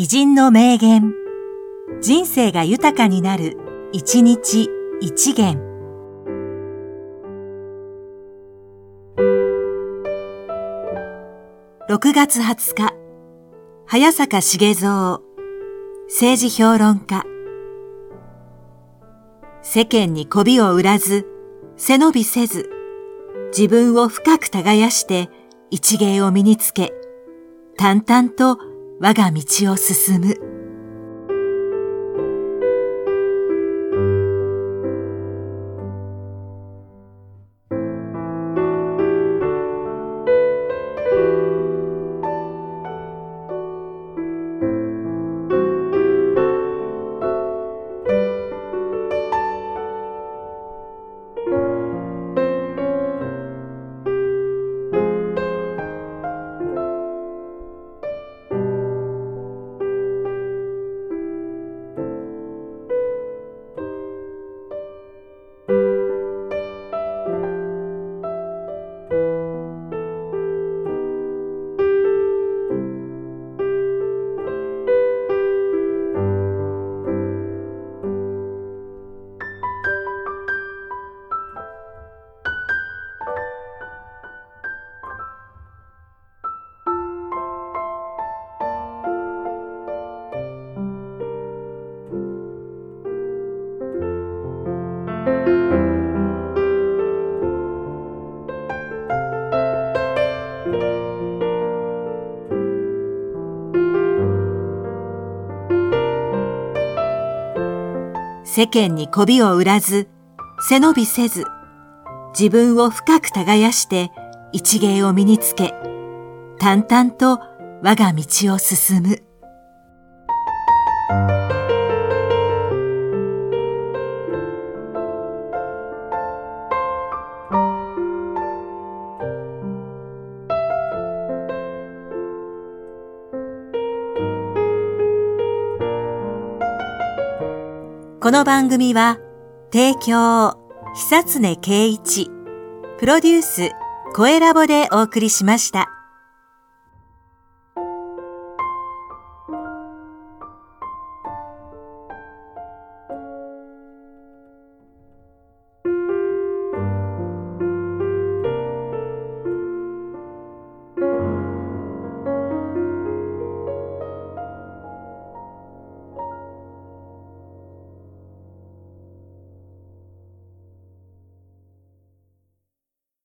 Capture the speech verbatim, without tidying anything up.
偉人の名言。人生が豊かになる一日一元。ろくがつはつか、早坂茂蔵、政治評論家。世間に媚びを売らず、背伸びせず、自分を深く耕して一芸を身につけ、淡々と我が道を進む。世間に媚びを売らず、背伸びせず、自分を深く耕して一芸を身につけ、淡々と我が道を進む。この番組は、提供、久常圭一、プロデュース、声ラボでお送りしました。